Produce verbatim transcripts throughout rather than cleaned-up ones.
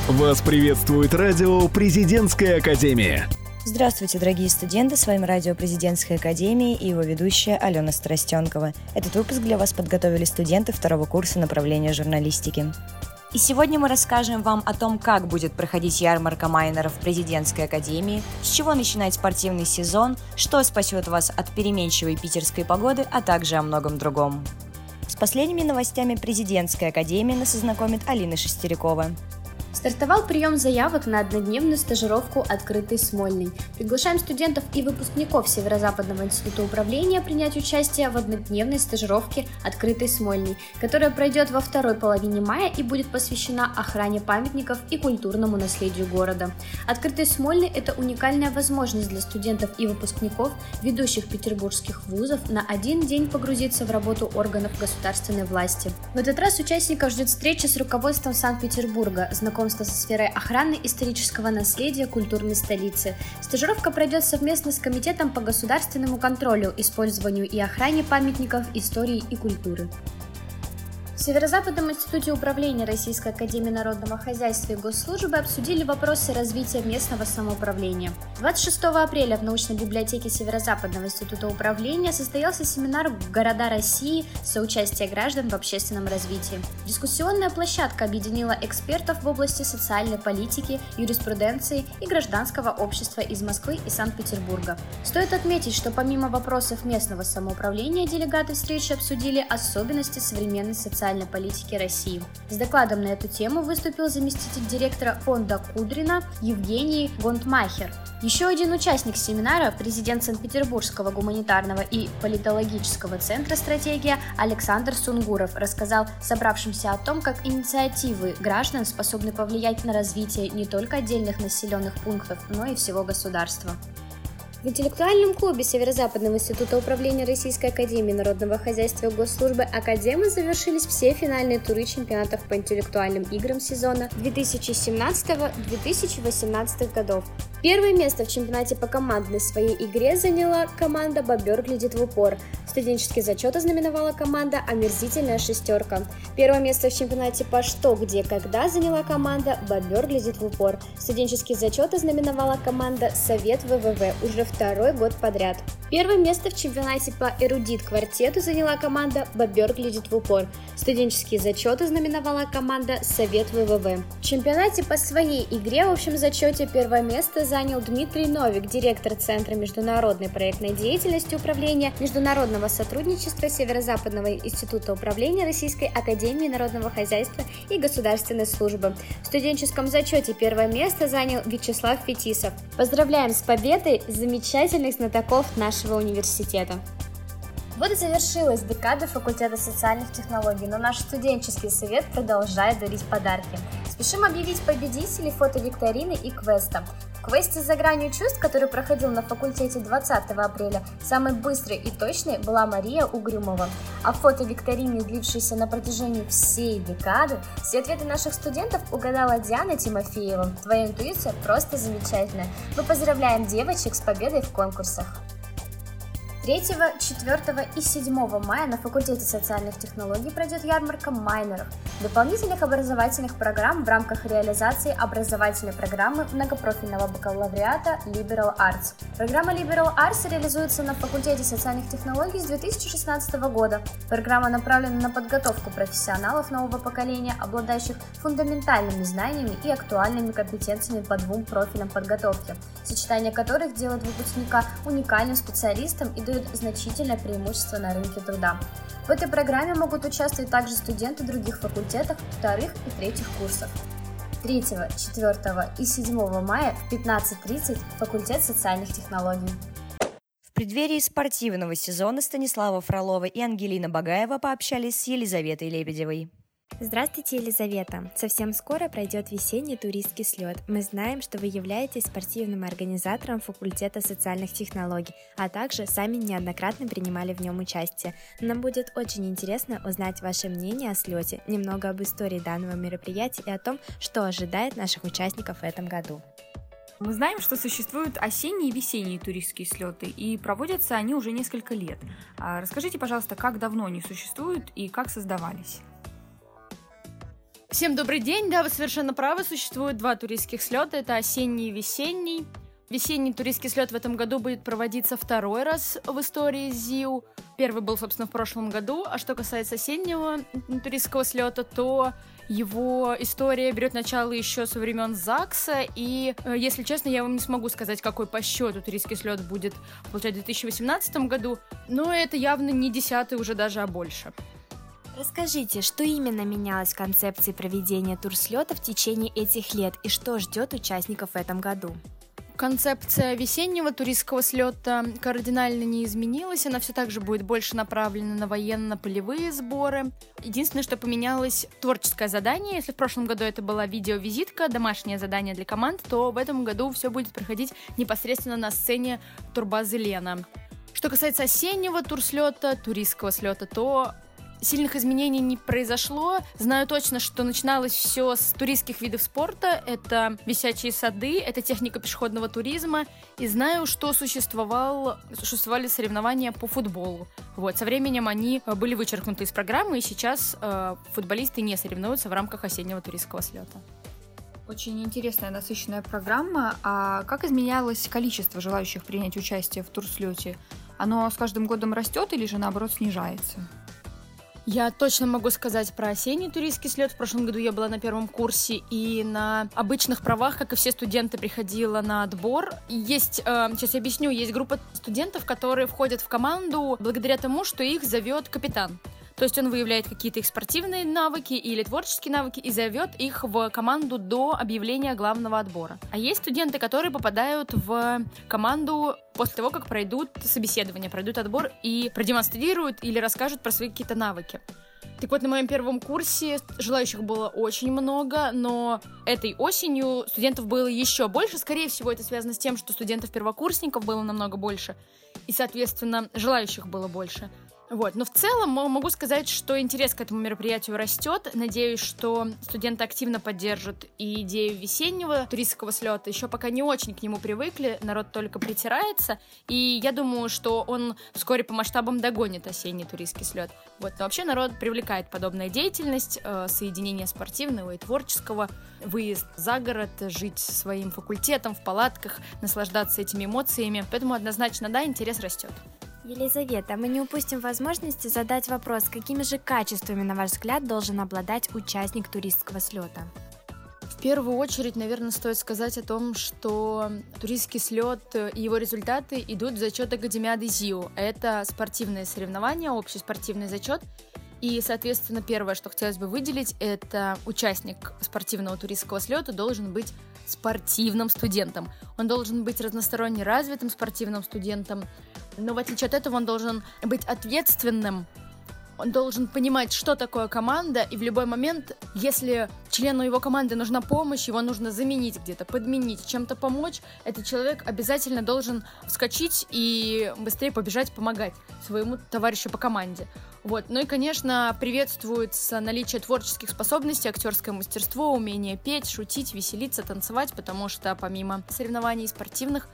Вас приветствует радио «Президентская академия». Здравствуйте, дорогие студенты, с вами радио «Президентской академии» и его ведущая Алена Старостенкова. Этот выпуск для вас подготовили студенты второго курса направления журналистики. И сегодня мы расскажем вам о том, как будет проходить ярмарка майнеров в Президентской академии, с чего начинать спортивный сезон, что спасет вас от переменчивой питерской погоды, а также о многом другом. С последними новостями Президентской академии нас ознакомит Алина Шестерякова. Стартовал прием заявок на однодневную стажировку «Открытый Смольный». Приглашаем студентов и выпускников Северо-Западного института управления принять участие в однодневной стажировке «Открытый Смольный», которая пройдет во второй половине мая и будет посвящена охране памятников и культурному наследию города. «Открытый Смольный» — это уникальная возможность для студентов и выпускников ведущих петербургских вузов на один день погрузиться в работу органов государственной власти. В этот раз участников ждет встреча с руководством Санкт-Петербурга, знакомство со сферой охраны исторического наследия культурной столицы. Стажировка пройдет совместно с Комитетом по государственному контролю, использованию и охране памятников истории и культуры. В Северо-Западном институте управления Российской академии народного хозяйства и госслужбы обсудили вопросы развития местного самоуправления. двадцать шестого апреля в научной библиотеке Северо-Западного института управления состоялся семинар «Города России. Соучастие граждан в общественном развитии». Дискуссионная площадка объединила экспертов в области социальной политики, юриспруденции и гражданского общества из Москвы и Санкт-Петербурга. Стоит отметить, что помимо вопросов местного самоуправления делегаты встречи обсудили особенности современной социальной политики России. С докладом на эту тему выступил заместитель директора фонда Кудрина Евгений Гонтмахер. Еще один участник семинара, президент Санкт-Петербургского гуманитарного и политологического центра «Стратегия» Александр Сунгуров рассказал собравшимся о том, как инициативы граждан способны повлиять на развитие не только отдельных населенных пунктов, но и всего государства. В интеллектуальном клубе Северо-Западного института управления Российской академии народного хозяйства и госслужбы «Академы» завершились все финальные туры чемпионатов по интеллектуальным играм сезона две тысячи семнадцатого — две тысячи восемнадцатого годов. Первое место в чемпионате по командной своей игре заняла команда «Бобер глядит в упор». Студенческий зачет ознаменовала команда «Омерзительная шестерка». Первое место в чемпионате по «Что, где, когда» заняла команда «Бобер глядит в упор». Студенческий зачет ознаменовала команда «Совет ВВВ» уже второй год подряд. Первое место в чемпионате по эрудит-квартету заняла команда «Бобер глядит в упор». Студенческий зачет ознаменовала команда «Совет ВВВ». В чемпионате по своей игре в общем зачете первое место занял Дмитрий Новик, директор Центра международной проектной деятельности управления международного сотрудничества Северо-Западного института управления Российской академии народного хозяйства и государственной службы. В студенческом зачете первое место занял Вячеслав Фетисов. Поздравляем с победой замечательных знатоков нашего университета! Вот и завершилась декада факультета социальных технологий, но наш студенческий совет продолжает дарить подарки. Спешим объявить победителей фотовикторины и квеста. В квесте «За гранью чувств», который проходил на факультете двадцатого апреля, самой быстрой и точной была Мария Угрюмова. А в фотовикторине, длившейся на протяжении всей декады, все ответы наших студентов угадала Диана Тимофеева. Твоя интуиция просто замечательная. Мы поздравляем девочек с победой в конкурсах. третьего, четвёртого и седьмого мая на факультете социальных технологий пройдет ярмарка майнеров, дополнительных образовательных программ в рамках реализации образовательной программы многопрофильного бакалавриата Liberal Arts. Программа Liberal Arts реализуется на факультете социальных технологий с две тысячи шестнадцатого года. Программа направлена на подготовку профессионалов нового поколения, обладающих фундаментальными знаниями и актуальными компетенциями по двум профилям подготовки, сочетание которых делает выпускника уникальным специалистом и дает значительное преимущество на рынке труда. В этой программе могут участвовать также студенты других факультетов вторых и третьих курсов. третьего, четвёртого и седьмого мая в пятнадцать тридцать факультет социальных технологий. В преддверии спортивного сезона Станислава Фролова и Ангелина Багаева пообщались с Елизаветой Лебедевой. Здравствуйте, Елизавета! Совсем скоро пройдет весенний туристский слет. Мы знаем, что вы являетесь спортивным организатором факультета социальных технологий, а также сами неоднократно принимали в нем участие. Нам будет очень интересно узнать ваше мнение о слете, немного об истории данного мероприятия и о том, что ожидает наших участников в этом году. Мы знаем, что существуют осенние и весенние туристские слеты, и проводятся они уже несколько лет. Расскажите, пожалуйста, как давно они существуют и как создавались? Всем добрый день, да, вы совершенно правы, существует два туристских слета, это осенний и весенний. Весенний туристский слет в этом году будет проводиться второй раз в истории ЗИУ. Первый был, собственно, в прошлом году, а что касается осеннего туристского слета, то его история берет начало еще со времен ЗАГСа, и, если честно, я вам не смогу сказать, какой по счету туристский слет будет, получается, в две тысячи восемнадцатом году, но это явно не десятый уже даже, а больше. Расскажите, что именно менялось в концепции проведения турслета в течение этих лет и что ждет участников в этом году? Концепция весеннего туристского слета кардинально не изменилась, она все так же будет больше направлена на военно-полевые сборы. Единственное, что поменялось, творческое задание. Если в прошлом году это была видеовизитка, домашнее задание для команд, то в этом году все будет проходить непосредственно на сцене турбазы Лена. Что касается осеннего турслета, туристского слета, то сильных изменений не произошло. Знаю точно, что начиналось все с туристских видов спорта. Это висячие сады, это техника пешеходного туризма. И знаю, что существовал, существовали соревнования по футболу. Вот. Со временем они были вычеркнуты из программы, и сейчас э, футболисты не соревнуются в рамках осеннего туристского слета. Очень интересная, насыщенная программа. А как изменялось количество желающих принять участие в турслете? Оно с каждым годом растет или же, наоборот, снижается? Я точно могу сказать про осенний туристский слет. В прошлом году я была на первом курсе и на обычных правах, как и все студенты, приходила на отбор. Есть, э, сейчас я объясню, есть группа студентов, которые входят в команду благодаря тому, что их зовет капитан. То есть он выявляет какие-то их спортивные навыки или творческие навыки и зовет их в команду до объявления главного отбора. А есть студенты, которые попадают в команду после того, как пройдут собеседование, пройдут отбор и продемонстрируют или расскажут про свои какие-то навыки. Так вот, на моем первом курсе желающих было очень много, но этой осенью студентов было еще больше. Скорее всего, это связано с тем, что студентов-первокурсников было намного больше, и, соответственно, желающих было больше. Вот. Но в целом могу сказать, что интерес к этому мероприятию растет. Надеюсь, что студенты активно поддержат и идею весеннего туристского слета. Еще пока не очень к нему привыкли, народ только притирается. И я думаю, что он вскоре по масштабам догонит осенний туристский слет. Вот. Но вообще народ привлекает подобная деятельность, э, соединение спортивного и творческого, выезд за город, жить своим факультетом в палатках, наслаждаться этими эмоциями. Поэтому однозначно, да, интерес растет. Елизавета, мы не упустим возможности задать вопрос, какими же качествами, на ваш взгляд, должен обладать участник туристского слета? В первую очередь, наверное, стоит сказать о том, что туристский слет и его результаты идут в зачет Академиады ЗИУ. Это спортивные соревнования, общий спортивный зачет. И, соответственно, первое, что хотелось бы выделить, это участник спортивного туристского слета должен быть спортивным студентом. Он должен быть разносторонне развитым спортивным студентом, но в отличие от этого он должен быть ответственным, он должен понимать, что такое команда, и в любой момент, если члену его команды нужна помощь, его нужно заменить где-то, подменить, чем-то помочь, этот человек обязательно должен вскочить и быстрее побежать помогать своему товарищу по команде. Вот. Ну и, конечно, приветствуется наличие творческих способностей, актерское мастерство, умение петь, шутить, веселиться, танцевать, потому что помимо соревнований спортивных,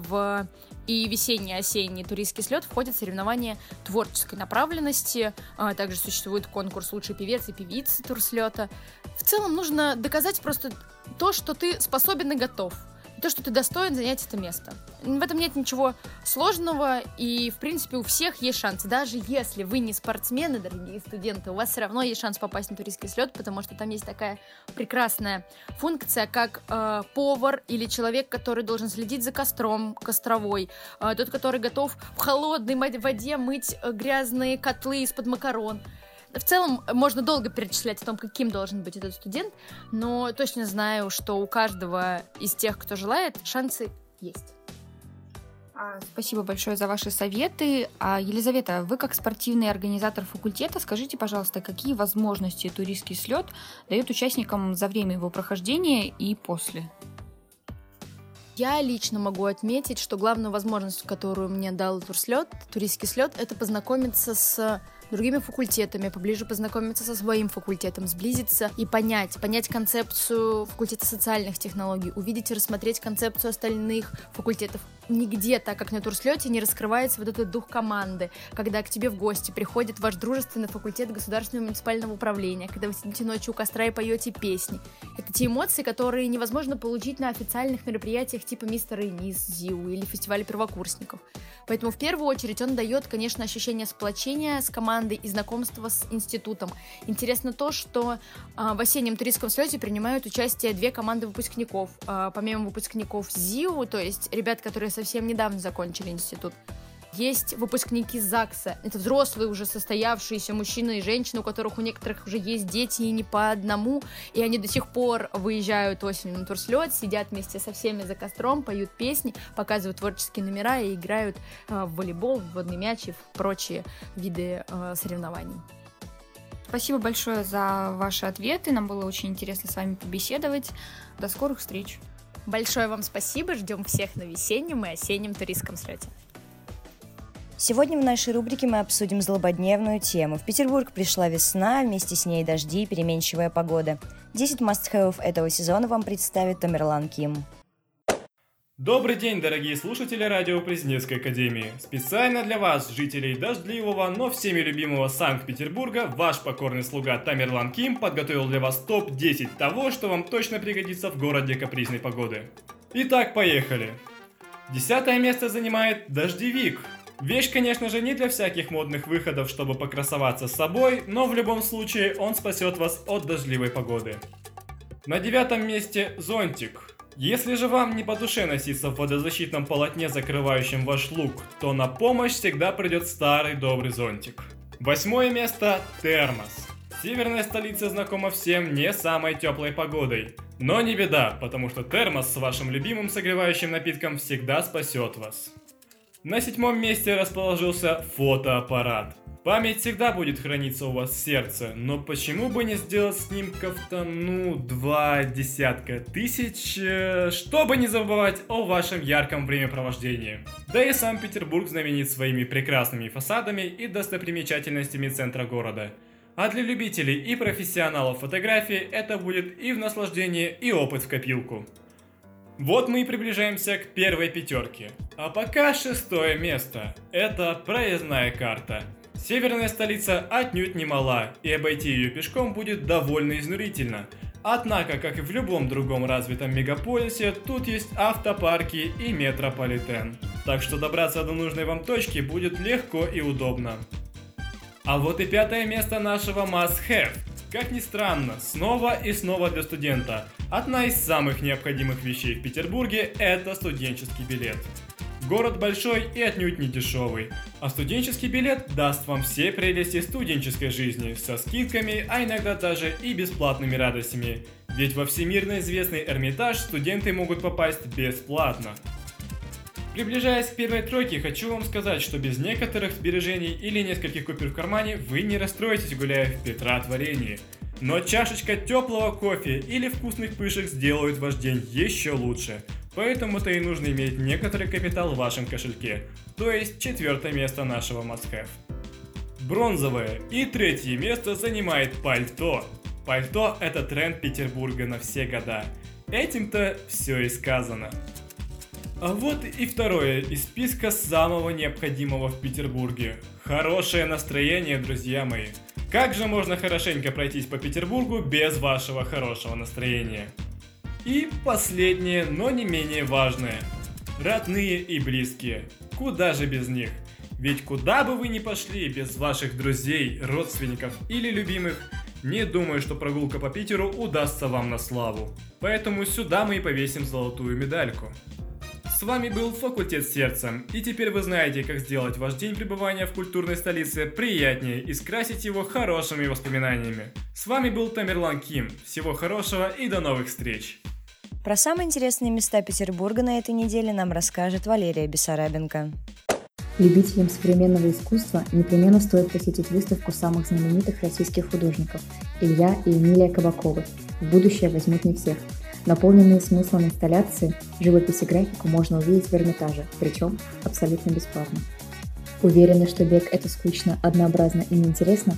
в и весенний, осенний туристский слет входят соревнования творческой направленности. Также существует конкурс «Лучший певец» и певица турслета. В целом нужно доказать просто то, что ты способен и готов. То, что ты достоин занять это место. В этом нет ничего сложного, и, в принципе, у всех есть шанс. Даже если вы не спортсмены, дорогие студенты, у вас все равно есть шанс попасть на туристский слет, потому что там есть такая прекрасная функция, как э, повар или человек, который должен следить за костром, костровой, э, тот, который готов в холодной воде мыть грязные котлы из-под макарон. В целом, можно долго перечислять о том, каким должен быть этот студент, но точно знаю, что у каждого из тех, кто желает, шансы есть. Спасибо большое за ваши советы. Елизавета, вы как спортивный организатор факультета, скажите, пожалуйста, какие возможности туристский слет дает участникам за время его прохождения и после? Я лично могу отметить, что главную возможность, которую мне дал турслет, туристский слет, это познакомиться с другими факультетами, поближе познакомиться со своим факультетом, сблизиться и понять, понять концепцию факультета социальных технологий, увидеть и рассмотреть концепцию остальных факультетов нигде, так как на турслете, не раскрывается вот этот дух команды, когда к тебе в гости приходит ваш дружественный факультет государственного муниципального управления, когда вы сидите ночью у костра и поете песни. Это те эмоции, которые невозможно получить на официальных мероприятиях типа «Мистер и мисс ЗИУ» или фестиваля первокурсников. Поэтому в первую очередь он дает, конечно, ощущение сплочения с командой и знакомства с институтом. Интересно то, что а, в осеннем туристском слете принимают участие две команды выпускников. А, помимо выпускников ЗИУ, то есть ребят, которые совсем недавно закончили институт, есть выпускники ЗАГСа. Это взрослые уже состоявшиеся мужчины и женщины, у которых у некоторых уже есть дети и не по одному, и они до сих пор выезжают осенью на турслет, сидят вместе со всеми за костром, поют песни, показывают творческие номера и играют э, в волейбол, в водный мяч и в прочие виды э, соревнований. Спасибо большое за ваши ответы. Нам было очень интересно с вами побеседовать. До скорых встреч. Большое вам спасибо. Ждем всех на весеннем и осеннем туристском слете. Сегодня в нашей рубрике мы обсудим злободневную тему. В Петербург пришла весна, вместе с ней дожди и переменчивая погода. десять must-have этого сезона вам представит Тамерлан Ким. Добрый день, дорогие слушатели радио Президентской академии. Специально для вас, жителей дождливого, но всеми любимого Санкт-Петербурга, ваш покорный слуга Тамерлан Ким подготовил для вас топ десять того, что вам точно пригодится в городе капризной погоды. Итак, поехали. Десятое место занимает дождевик. Вещь, конечно же, не для всяких модных выходов, чтобы покрасоваться с собой, но в любом случае он спасет вас от дождливой погоды. На девятом месте зонтик. Если же вам не по душе носиться в водозащитном полотне, закрывающем ваш лук, то на помощь всегда придет старый добрый зонтик. Восьмое место – термос. Северная столица знакома всем не самой теплой погодой. Но не беда, потому что термос с вашим любимым согревающим напитком всегда спасет вас. На седьмом месте расположился фотоаппарат. Память всегда будет храниться у вас в сердце, но почему бы не сделать снимков-то, ну, два десятка тысяч, чтобы не забывать о вашем ярком времяпровождении. Да и сам Петербург знаменит своими прекрасными фасадами и достопримечательностями центра города. А для любителей и профессионалов фотографии это будет и в наслаждение, и опыт в копилку. Вот мы и приближаемся к первой пятерке. А пока шестое место. Это проездная карта. Северная столица отнюдь не мала, и обойти ее пешком будет довольно изнурительно. Однако, как и в любом другом развитом мегаполисе, тут есть автопарки и метрополитен. Так что добраться до нужной вам точки будет легко и удобно. А вот и пятое место нашего must-have. Как ни странно, снова и снова для студента. Одна из самых необходимых вещей в Петербурге – это студенческий билет. Город большой и отнюдь не дешевый, а студенческий билет даст вам все прелести студенческой жизни со скидками, а иногда даже и бесплатными радостями. Ведь во всемирно известный Эрмитаж студенты могут попасть бесплатно. Приближаясь к первой тройке, хочу вам сказать, что без некоторых сбережений или нескольких купюр в кармане вы не расстроитесь, гуляя в Петротворении. Но чашечка теплого кофе или вкусных пышек сделают ваш день еще лучше. Поэтому-то и нужно иметь некоторый капитал в вашем кошельке, то есть четвертое место нашего must-have. Бронзовое и третье место занимает пальто. Пальто – это тренд Петербурга на все года. Этим-то все и сказано. А вот и второе из списка самого необходимого в Петербурге. Хорошее настроение, друзья мои. Как же можно хорошенько пройтись по Петербургу без вашего хорошего настроения? И последнее, но не менее важное. Родные и близкие. Куда же без них? Ведь куда бы вы ни пошли без ваших друзей, родственников или любимых, не думаю, что прогулка по Питеру удастся вам на славу. Поэтому сюда мы и повесим золотую медальку. С вами был факультет сердца, и теперь вы знаете, как сделать ваш день пребывания в культурной столице приятнее и скрасить его хорошими воспоминаниями. С вами был Тамерлан Ким. Всего хорошего и до новых встреч! Про самые интересные места Петербурга на этой неделе нам расскажет Валерия Бессарабенко. Любителям современного искусства непременно стоит посетить выставку самых знаменитых российских художников Илья и Эмилия Кабаковы «В будущее возьмут не всех». Наполненные смыслом инсталляции, живопись и графику можно увидеть в Эрмитаже, причем абсолютно бесплатно. Уверены, что бег – это скучно, однообразно и неинтересно?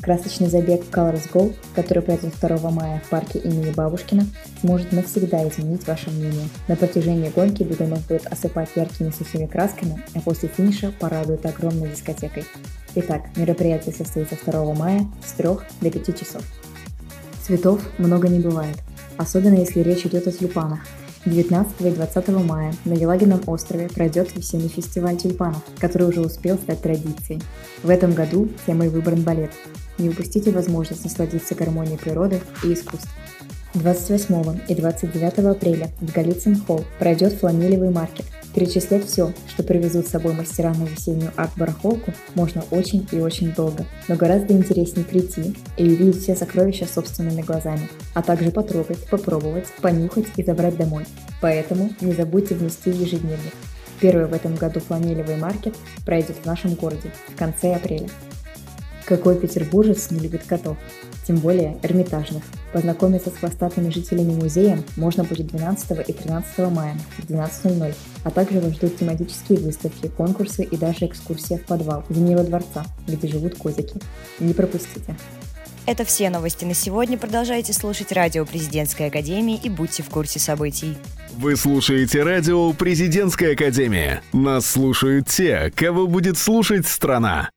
Красочный забег Colors Go, который пройдет второго мая в парке имени Бабушкина, сможет навсегда изменить ваше мнение. На протяжении гонки бегунов будут осыпать яркими сухими красками, а после финиша порадуют огромной дискотекой. Итак, мероприятие состоится второго мая с трёх до пяти часов. Цветов много не бывает, особенно если речь идет о тюльпанах. девятнадцатого и двадцатого мая на Елагином острове пройдет весенний фестиваль тюльпанов, который уже успел стать традицией. В этом году темой выбран балет. Не упустите возможность насладиться гармонией природы и искусства. двадцать восьмого и двадцать девятого апреля в Голицын-холл пройдет фланелевый маркет. Перечислять все, что привезут с собой мастера на весеннюю арт-барахолку, можно очень и очень долго, но гораздо интереснее прийти и увидеть все сокровища собственными глазами, а также потрогать, попробовать, понюхать и забрать домой. Поэтому не забудьте внести в ежедневник. Первый в этом году фланелевый маркет пройдет в нашем городе в конце апреля. Какой петербуржец не любит котов? Тем более эрмитажных. Познакомиться с хвостатыми жителями музея можно будет двенадцатого и тринадцатого мая в двенадцать ноль ноль, а также вас ждут тематические выставки, конкурсы и даже экскурсия в подвал Зимнего дворца, где живут котики. Не пропустите! Это все новости на сегодня. Продолжайте слушать радио Президентской академии и будьте в курсе событий. Вы слушаете радио Президентской академии. Нас слушают те, кого будет слушать страна.